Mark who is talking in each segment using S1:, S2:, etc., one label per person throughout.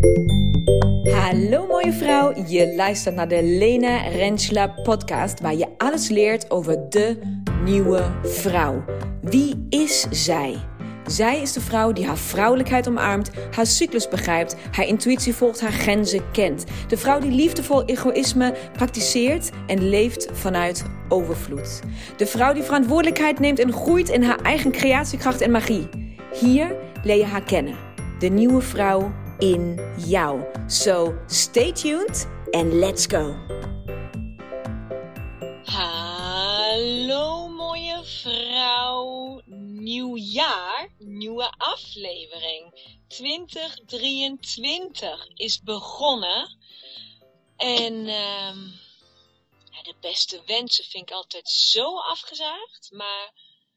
S1: Hallo mooie vrouw, je luistert naar de Lena Rentschler podcast waar je alles leert over de nieuwe vrouw. Wie is zij? Zij is de vrouw die haar vrouwelijkheid omarmt, haar cyclus begrijpt, haar intuïtie volgt, haar grenzen kent. De vrouw die liefdevol egoïsme praktiseert en leeft vanuit overvloed. De vrouw die verantwoordelijkheid neemt en groeit in haar eigen creatiekracht en magie. Hier leer je haar kennen. De nieuwe vrouw in jou. So stay tuned and let's go.
S2: Hallo mooie vrouw. Nieuw jaar, nieuwe aflevering. 2023 is begonnen. En de beste wensen vind ik altijd zo afgezaagd. Maar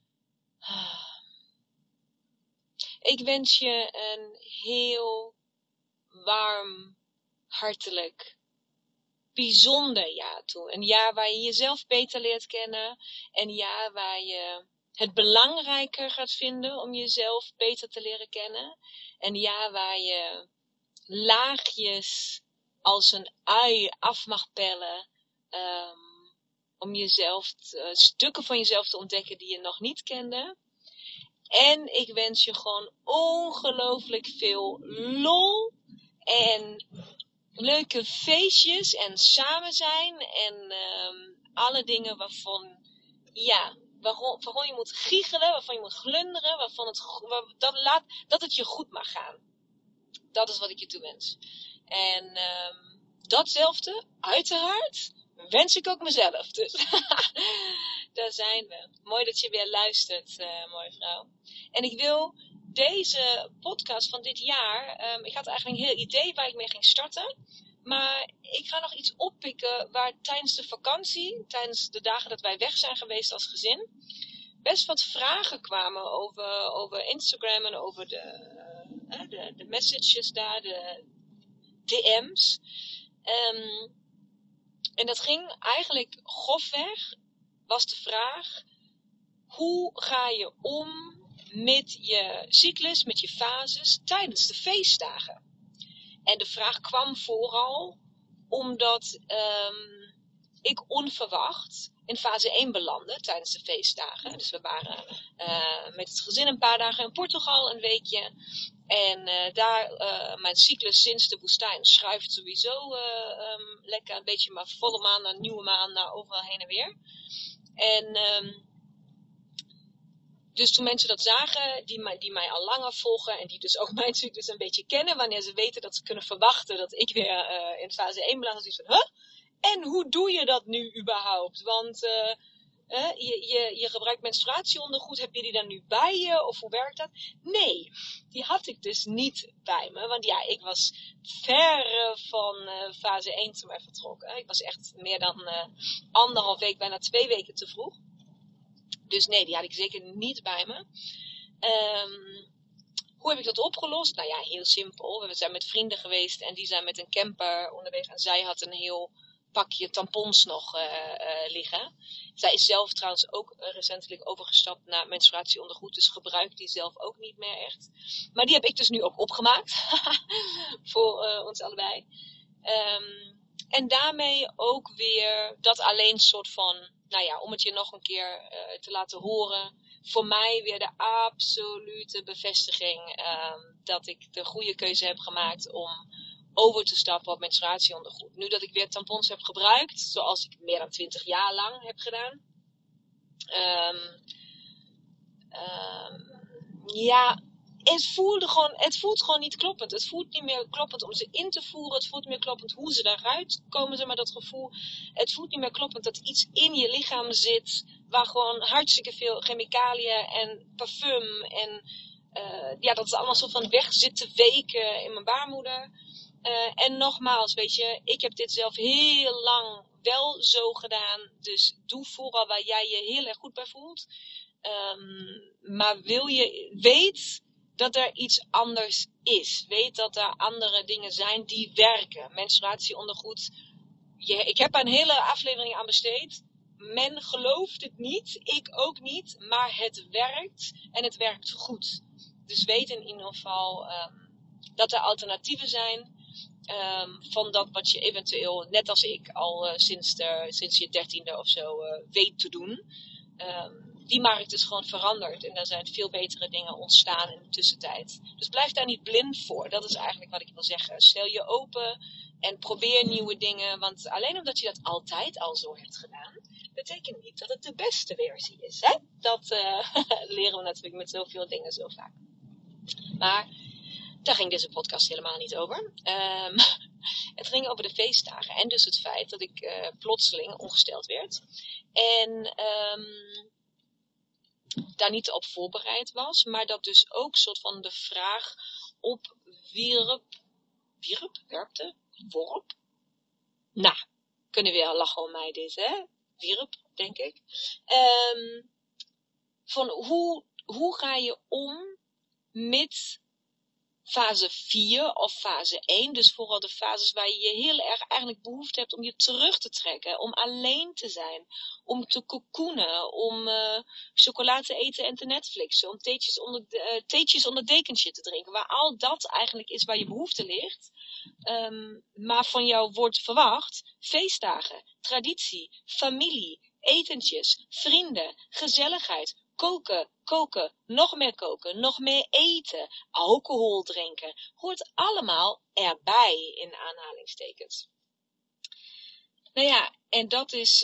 S2: ik wens je een heel warm, hartelijk, bijzonder jaar toe. Een jaar waar je jezelf beter leert kennen. Een jaar waar je het belangrijker gaat vinden om jezelf beter te leren kennen. Een jaar waar je laagjes als een ui af mag pellen. Om jezelf, stukken van jezelf te ontdekken die je nog niet kende. En ik wens je gewoon ongelooflijk veel lol en leuke feestjes en samen zijn en alle dingen waarvan je moet giechelen, waarvan je moet glunderen, dat het je goed mag gaan. Dat is wat ik je toewens. En datzelfde, uiteraard, wens ik ook mezelf. Dus daar zijn we. Mooi dat je weer luistert, mooie vrouw. En ik wil deze podcast van dit jaar, ik had eigenlijk een heel idee waar ik mee ging starten. Maar ik ga nog iets oppikken waar tijdens de vakantie, tijdens de dagen dat wij weg zijn geweest als gezin, best wat vragen kwamen over Instagram en over de messages daar, de DM's. En dat ging eigenlijk grofweg, was de vraag: hoe ga je om met je cyclus, met je fases tijdens de feestdagen? En de vraag kwam vooral omdat ik onverwacht in fase 1 belandde tijdens de feestdagen. Dus we waren met het gezin een paar dagen in Portugal, een weekje. En mijn cyclus sinds de woestijn schuift sowieso lekker een beetje, maar volle maan naar nieuwe maan, naar overal heen en weer. En dus toen mensen dat zagen, die mij al langer volgen en die dus ook mijn cyclus een beetje kennen, wanneer ze weten dat ze kunnen verwachten dat ik weer in fase 1 beland, dan is het van, en hoe doe je dat nu überhaupt? Want je gebruikt menstruatieondergoed, heb je die dan nu bij je? Of hoe werkt dat? Nee, die had ik dus niet bij me. Want ja, ik was ver van fase 1 toen wij vertrokken. Ik was echt meer dan 1,5 week, bijna 2 weken te vroeg. Dus nee, die had ik zeker niet bij me. Hoe heb ik dat opgelost? Nou ja, heel simpel. We zijn met vrienden geweest en die zijn met een camper onderweg. En zij had een heel pakje tampons nog liggen. Zij is zelf trouwens ook recentelijk overgestapt naar menstruatieondergoed. Dus gebruikt die zelf ook niet meer echt. Maar die heb ik dus nu ook opgemaakt. Voor ons allebei. En daarmee ook weer dat alleen soort van, om het je nog een keer te laten horen. Voor mij weer de absolute bevestiging dat ik de goede keuze heb gemaakt om over te stappen op menstruatieondergoed. Nu dat ik weer tampons heb gebruikt, zoals ik meer dan 20 jaar lang heb gedaan. Het voelt gewoon niet kloppend. Het voelt niet meer kloppend om ze in te voeren. Het voelt niet meer kloppend hoe ze eruit komen, zeg maar, dat gevoel. Het voelt niet meer kloppend dat iets in je lichaam zit, waar gewoon hartstikke veel chemicaliën en parfum en dat is allemaal soort van weg zit te weken in mijn baarmoeder. En nogmaals, weet je, ik heb dit zelf heel lang wel zo gedaan. Dus doe vooral waar jij je heel erg goed bij voelt. Maar weet dat er iets anders is. Weet dat er andere dingen zijn die werken. Menstruatieondergoed. Ik heb er een hele aflevering aan besteed. Men gelooft het niet. Ik ook niet. Maar het werkt. En het werkt goed. Dus weet in ieder geval Dat er alternatieven zijn van dat wat je eventueel, net als ik, al sinds je 13e of zo weet te doen. Die markt is gewoon veranderd en er zijn veel betere dingen ontstaan in de tussentijd. Dus blijf daar niet blind voor. Dat is eigenlijk wat ik wil zeggen. Stel je open en probeer nieuwe dingen. Want alleen omdat je dat altijd al zo hebt gedaan, betekent niet dat het de beste versie is. Hè? Dat leren we natuurlijk met zoveel dingen zo vaak. Maar daar ging deze podcast helemaal niet over. Het ging over de feestdagen en dus het feit dat ik plotseling ongesteld werd. En daar niet op voorbereid was, maar dat dus ook soort van de vraag worp. Nou, kunnen we al lachen om mij dit, hè? Wierp, denk ik. Van hoe ga je om met fase 4 of fase 1, dus vooral de fases waar je heel erg eigenlijk behoefte hebt om je terug te trekken, om alleen te zijn, om te cocoonen, om chocola te eten en te Netflixen, om theetjes onder dekentje te drinken, waar al dat eigenlijk is waar je behoefte ligt, maar van jou wordt verwacht feestdagen, traditie, familie, etentjes, vrienden, gezelligheid, koken, nog meer eten, alcohol drinken. Hoort allemaal erbij in aanhalingstekens. Nou ja, en dat is,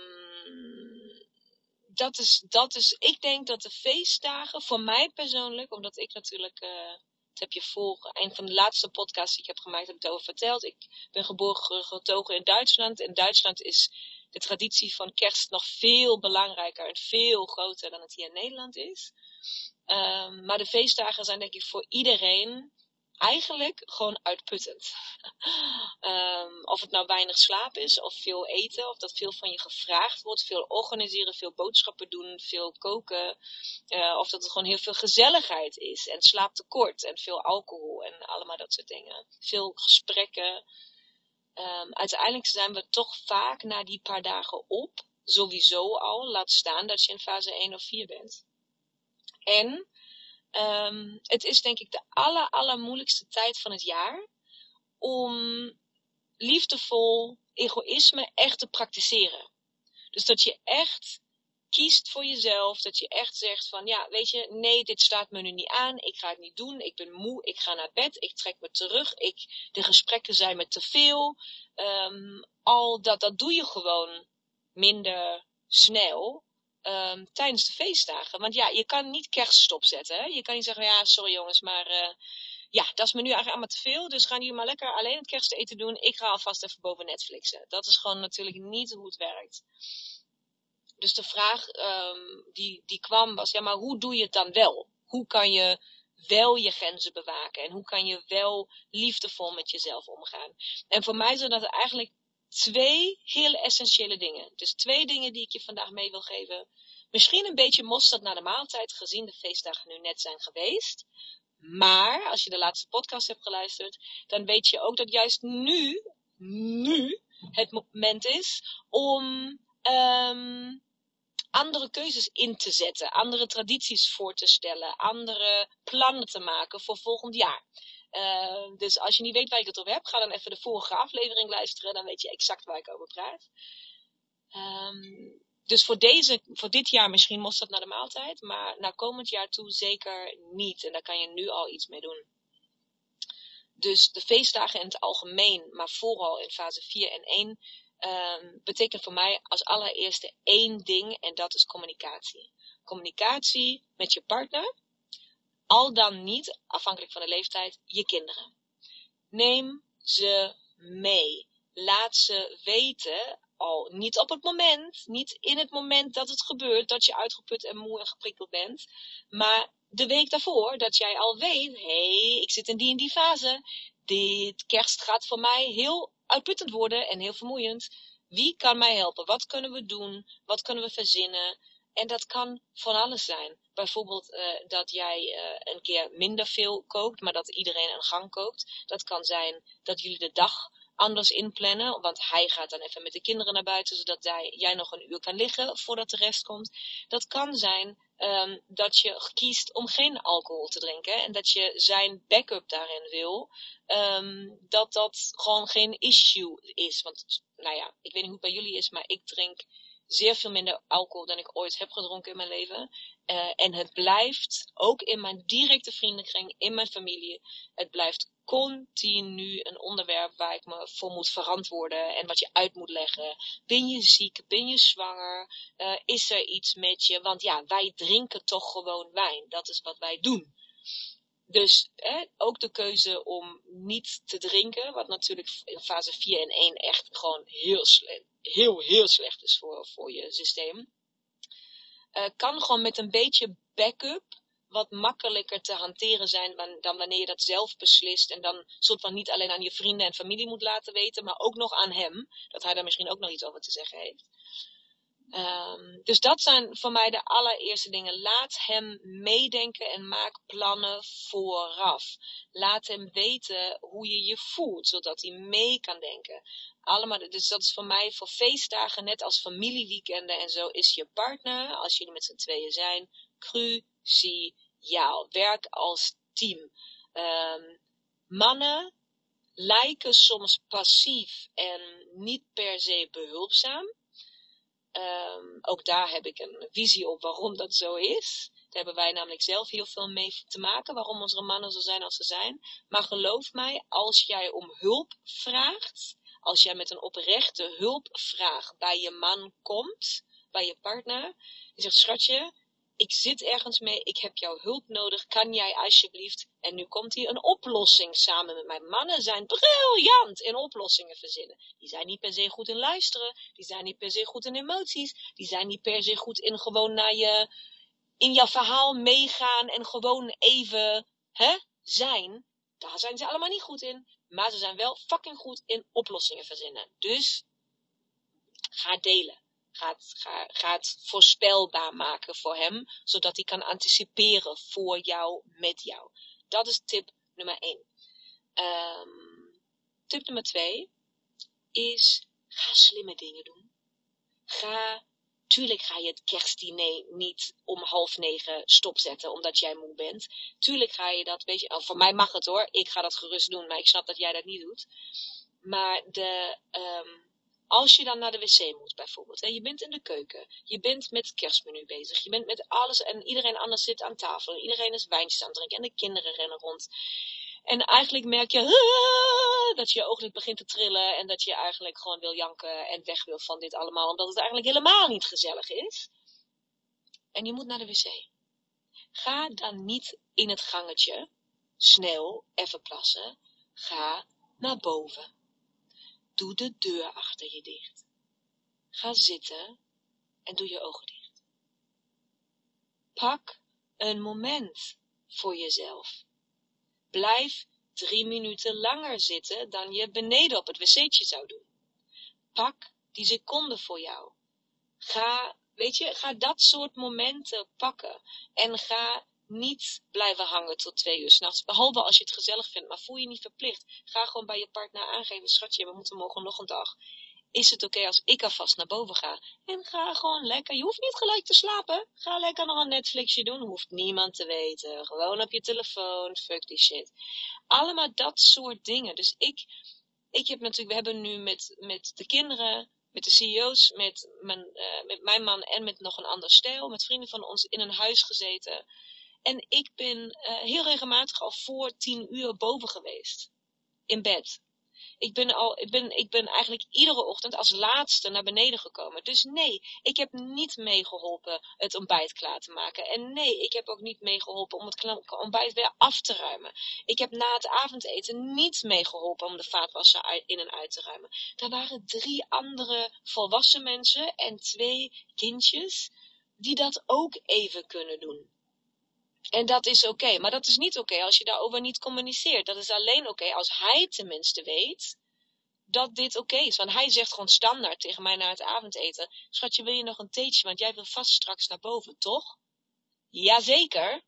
S2: ik denk dat de feestdagen, voor mij persoonlijk, omdat ik natuurlijk, dat heb je een van de laatste podcasts die ik heb gemaakt, heb ik het over verteld. Ik ben geboren getogen in Duitsland. In Duitsland is de traditie van kerst nog veel belangrijker en veel groter dan het hier in Nederland is. Maar de feestdagen zijn denk ik voor iedereen eigenlijk gewoon uitputtend. Of het nou weinig slaap is, of veel eten, of dat veel van je gevraagd wordt, veel organiseren, veel boodschappen doen, veel koken, of dat het gewoon heel veel gezelligheid is, en slaaptekort, en veel alcohol, en allemaal dat soort dingen. Veel gesprekken. Uiteindelijk zijn we toch vaak na die paar dagen op, sowieso al, laat staan dat je in fase 1 of 4 bent. En het is denk ik de allermoeilijkste tijd van het jaar om liefdevol egoïsme echt te praktiseren. Dus dat je echt kiest voor jezelf, dat je echt zegt van, ja, weet je, nee, dit staat me nu niet aan, ik ga het niet doen, ik ben moe, ik ga naar bed, ik trek me terug, de gesprekken zijn me te veel. Dat doe je gewoon minder snel tijdens de feestdagen. Want ja, je kan niet kerst stopzetten. Hè? Je kan niet zeggen, ja, sorry jongens, maar ja, dat is me nu eigenlijk allemaal te veel. Dus gaan jullie maar lekker alleen het kersteten doen. Ik ga alvast even boven Netflixen. Dat is gewoon natuurlijk niet hoe het werkt. Dus de vraag die kwam was, ja, maar hoe doe je het dan wel? Hoe kan je wel je grenzen bewaken? En hoe kan je wel liefdevol met jezelf omgaan? En voor mij zijn dat eigenlijk 2 hele essentiële dingen. Dus 2 dingen die ik je vandaag mee wil geven. Misschien een beetje mosterd naar de maaltijd, gezien de feestdagen nu net zijn geweest. Maar als je de laatste podcast hebt geluisterd, dan weet je ook dat juist nu het moment is om andere keuzes in te zetten, andere tradities voor te stellen, andere plannen te maken voor volgend jaar. Dus als je niet weet waar ik het over heb, ga dan even de vorige aflevering luisteren, dan weet je exact waar ik over praat. Dus voor dit jaar misschien mosterd naar de maaltijd, maar naar komend jaar toe zeker niet. En daar kan je nu al iets mee doen. Dus de feestdagen in het algemeen, maar vooral in fase 4 en 1, betekent voor mij als allereerste 1 ding, en dat is communicatie. Communicatie met je partner, al dan niet, afhankelijk van de leeftijd, je kinderen. Neem ze mee. Laat ze weten, al niet op het moment, niet in het moment dat het gebeurt, dat je uitgeput en moe en geprikkeld bent, maar de week daarvoor, dat jij al weet, ik zit in die fase, dit kerst gaat voor mij heel uitputtend worden en heel vermoeiend. Wie kan mij helpen? Wat kunnen we doen? Wat kunnen we verzinnen? En dat kan van alles zijn. Bijvoorbeeld dat jij een keer minder veel kookt, maar dat iedereen een gang kookt. Dat kan zijn dat jullie de dag anders inplannen. Want hij gaat dan even met de kinderen naar buiten, zodat jij nog een uur kan liggen voordat de rest komt. Dat kan zijn dat je kiest om geen alcohol te drinken. En dat je zijn backup daarin wil. Dat gewoon geen issue is. Want, nou ja, ik weet niet hoe het bij jullie is, maar ik drink zeer veel minder alcohol dan ik ooit heb gedronken in mijn leven. En het blijft, ook in mijn directe vriendenkring, in mijn familie, het blijft continu een onderwerp waar ik me voor moet verantwoorden en wat je uit moet leggen. Ben je ziek? Ben je zwanger? Is er iets met je? Want ja, wij drinken toch gewoon wijn. Dat is wat wij doen. Dus ook de keuze om niet te drinken, wat natuurlijk in fase 4 en 1 echt gewoon heel slecht is voor je systeem. Kan gewoon met een beetje backup wat makkelijker te hanteren zijn dan wanneer je dat zelf beslist. En dan soort van niet alleen aan je vrienden en familie moet laten weten, maar ook nog aan hem. Dat hij daar misschien ook nog iets over te zeggen heeft. Dus dat zijn voor mij de allereerste dingen. Laat hem meedenken en maak plannen vooraf. Laat hem weten hoe je je voelt, zodat hij mee kan denken. Allemaal, dus dat is voor mij voor feestdagen, net als familieweekenden en zo, is je partner, als jullie met z'n tweeën zijn, cruciaal. Werk als team. Mannen lijken soms passief en niet per se behulpzaam. Ook daar heb ik een visie op waarom dat zo is. Daar hebben wij namelijk zelf heel veel mee te maken, waarom onze mannen zo zijn als ze zijn. Maar geloof mij, als jij om hulp vraagt, als jij met een oprechte hulpvraag bij je man komt, bij je partner, en zegt, schatje, ik zit ergens mee, ik heb jouw hulp nodig, kan jij alsjeblieft, en nu komt hier een oplossing samen met mij. Mannen zijn briljant in oplossingen verzinnen. Die zijn niet per se goed in luisteren, die zijn niet per se goed in emoties, die zijn niet per se goed in gewoon in jouw verhaal meegaan en gewoon even zijn. Daar zijn ze allemaal niet goed in, maar ze zijn wel fucking goed in oplossingen verzinnen. Dus ga delen. Ga het voorspelbaar maken voor hem, zodat hij kan anticiperen voor jou, met jou. Dat is tip nummer 1. Tip nummer 2 is, ga slimme dingen doen. Tuurlijk ga je het kerstdiner niet om 8:30 stopzetten, omdat jij moe bent. Tuurlijk ga je dat, voor mij mag het hoor, ik ga dat gerust doen, maar ik snap dat jij dat niet doet. Maar als je dan naar de wc moet bijvoorbeeld, je bent in de keuken, je bent met het kerstmenu bezig, je bent met alles en iedereen anders zit aan tafel, iedereen is wijntjes aan het drinken en de kinderen rennen rond. En eigenlijk merk je dat je ooglid begint te trillen en dat je eigenlijk gewoon wil janken en weg wil van dit allemaal, omdat het eigenlijk helemaal niet gezellig is. En je moet naar de wc. Ga dan niet in het gangetje snel even plassen. Ga naar boven. Doe de deur achter je dicht. Ga zitten en doe je ogen dicht. Pak een moment voor jezelf. Blijf 3 minuten langer zitten dan je beneden op het wc'tje zou doen. Pak die seconde voor jou. Ga dat soort momenten pakken. En ga niet blijven hangen tot 2 uur 's nachts. Behalve als je het gezellig vindt, maar voel je niet verplicht. Ga gewoon bij je partner aangeven, schatje, we moeten morgen nog een dag. Is het oké als ik alvast naar boven ga? En ga gewoon lekker, je hoeft niet gelijk te slapen. Ga lekker nog een Netflixje doen, hoeft niemand te weten. Gewoon op je telefoon, fuck die shit. Allemaal dat soort dingen. Dus ik heb natuurlijk, we hebben nu met de kinderen, met de CEO's, met mijn man en met nog een ander stel, met vrienden van ons in een huis gezeten. En ik ben heel regelmatig al voor 10 uur boven geweest. In bed. Ik ben eigenlijk iedere ochtend als laatste naar beneden gekomen. Dus nee, ik heb niet meegeholpen het ontbijt klaar te maken. En nee, ik heb ook niet meegeholpen om het ontbijt weer af te ruimen. Ik heb na het avondeten niet meegeholpen om de vaatwasser in en uit te ruimen. Er waren 3 andere volwassen mensen en 2 kindjes die dat ook even kunnen doen. En dat is oké. Maar dat is niet oké als je daarover niet communiceert. Dat is alleen oké als hij tenminste weet dat dit oké is. Want hij zegt gewoon standaard tegen mij na het avondeten: schatje, wil je nog een theetje? Want jij wil vast straks naar boven, toch? Jazeker.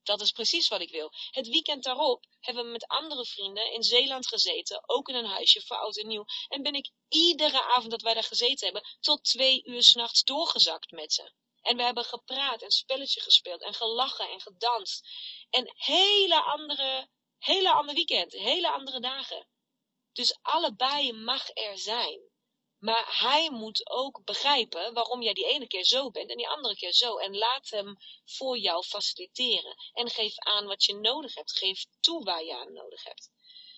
S2: Dat is precies wat ik wil. Het weekend daarop hebben we met andere vrienden in Zeeland gezeten. Ook in een huisje voor oud en nieuw. En ben ik iedere avond dat wij daar gezeten hebben tot 2 uur 's nachts doorgezakt met ze. En we hebben gepraat en spelletje gespeeld en gelachen en gedanst. En hele ander weekend, hele andere dagen. Dus allebei mag er zijn. Maar hij moet ook begrijpen waarom jij die ene keer zo bent en die andere keer zo. En laat hem voor jou faciliteren. En geef aan wat je nodig hebt. Geef toe waar je aan nodig hebt.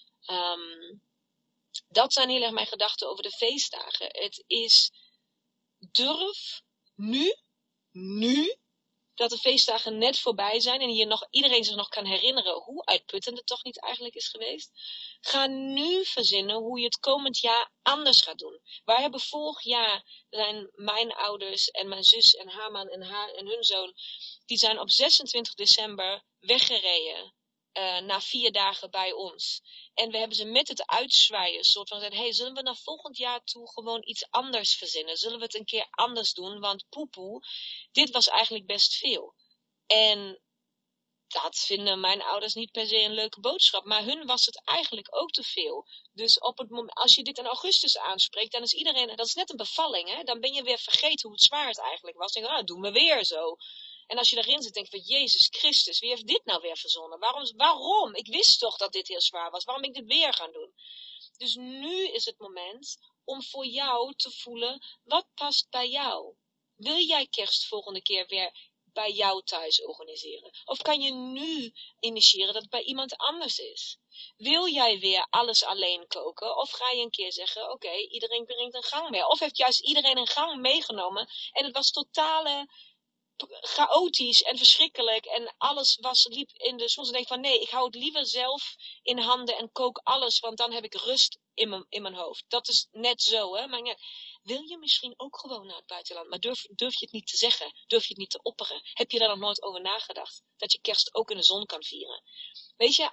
S2: Dat zijn heel erg mijn gedachten over de feestdagen. Het is durf nu, dat de feestdagen net voorbij zijn en iedereen zich nog kan herinneren hoe uitputtend het toch niet eigenlijk is geweest. Ga nu verzinnen hoe je het komend jaar anders gaat doen. Wij hebben vorig jaar, zijn mijn ouders en mijn zus en haar man en hun zoon, die zijn op 26 december weggereden. Na 4 dagen bij ons. En we hebben ze met het uitzwaaien soort van gezegd, zullen we naar volgend jaar toe gewoon iets anders verzinnen? Zullen we het een keer anders doen? Want poepoe, dit was eigenlijk best veel. En dat vinden mijn ouders niet per se een leuke boodschap. Maar hun was het eigenlijk ook te veel. Dus op het moment, als je dit in augustus aanspreekt, dan is iedereen, dat is net een bevalling, hè? Dan ben je weer vergeten hoe zwaar het eigenlijk was. Dan denk je, doen we weer zo. En als je daarin zit, denk je van, Jezus Christus, wie heeft dit nou weer verzonnen? Waarom? Ik wist toch dat dit heel zwaar was. Waarom ben ik dit weer gaan doen? Dus nu is het moment om voor jou te voelen, wat past bij jou? Wil jij kerst volgende keer weer bij jou thuis organiseren? Of kan je nu initiëren dat het bij iemand anders is? Wil jij weer alles alleen koken? Of ga je een keer zeggen, oké, iedereen brengt een gang mee? Of heeft juist iedereen een gang meegenomen en het was totale chaotisch en verschrikkelijk en alles liep in de soms denk ik van nee, ik hou het liever zelf in handen en kook alles, want dan heb ik rust in mijn hoofd. Dat is net zo, hè. Maar ja, wil je misschien ook gewoon naar het buitenland, maar durf je het niet te zeggen, durf je het niet te opperen? Heb je daar nog nooit over nagedacht, dat je kerst ook in de zon kan vieren? Weet je,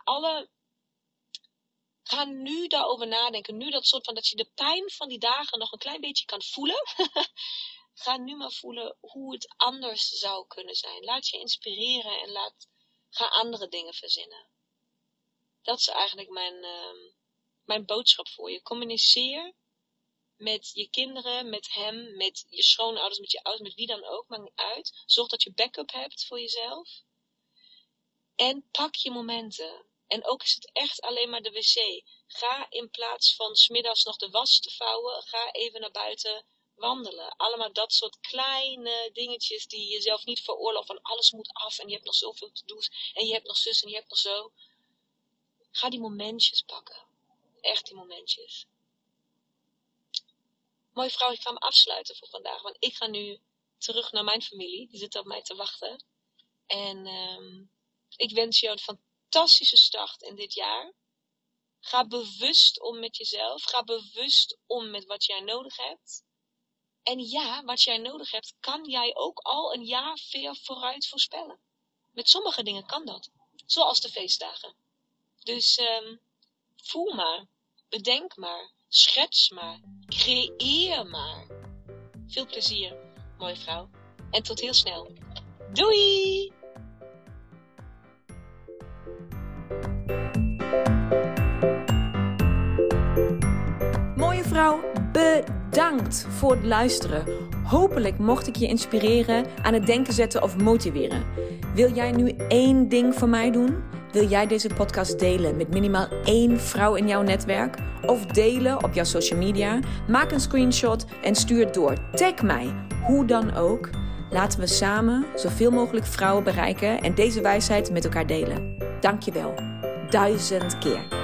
S2: ga nu daarover nadenken, nu dat soort van, dat je de pijn van die dagen nog een klein beetje kan voelen. Ga nu maar voelen hoe het anders zou kunnen zijn. Laat je inspireren en ga andere dingen verzinnen. Dat is eigenlijk mijn boodschap voor je. Communiceer met je kinderen, met hem, met je schoonouders, met je ouders, met wie dan ook. Maakt niet uit. Zorg dat je backup hebt voor jezelf. En pak je momenten. En ook is het echt alleen maar de wc. Ga in plaats van 's middags nog de was te vouwen, ga even naar buiten wandelen. Allemaal dat soort kleine dingetjes die je jezelf niet veroorloven. Van alles moet af en je hebt nog zoveel te doen. En je hebt nog zus en je hebt nog zo. Ga die momentjes pakken. Echt die momentjes. Mooie vrouw, ik ga me afsluiten voor vandaag. Want ik ga nu terug naar mijn familie. Die zit op mij te wachten. En ik wens jou een fantastische start in dit jaar. Ga bewust om met jezelf. Ga bewust om met wat jij nodig hebt. En ja, wat jij nodig hebt, kan jij ook al een jaar ver vooruit voorspellen. Met sommige dingen kan dat. Zoals de feestdagen. Dus voel maar. Bedenk maar. Schets maar. Creëer maar. Veel plezier, mooie vrouw. En tot heel snel. Doei!
S1: Mooie vrouw, bedankt voor het luisteren. Hopelijk mocht ik je inspireren, aan het denken zetten of motiveren. Wil jij nu 1 ding voor mij doen? Wil jij deze podcast delen met minimaal 1 vrouw in jouw netwerk? Of delen op jouw social media? Maak een screenshot en stuur het door. Tag mij, hoe dan ook. Laten we samen zoveel mogelijk vrouwen bereiken en deze wijsheid met elkaar delen. Dankjewel. 1000 keer.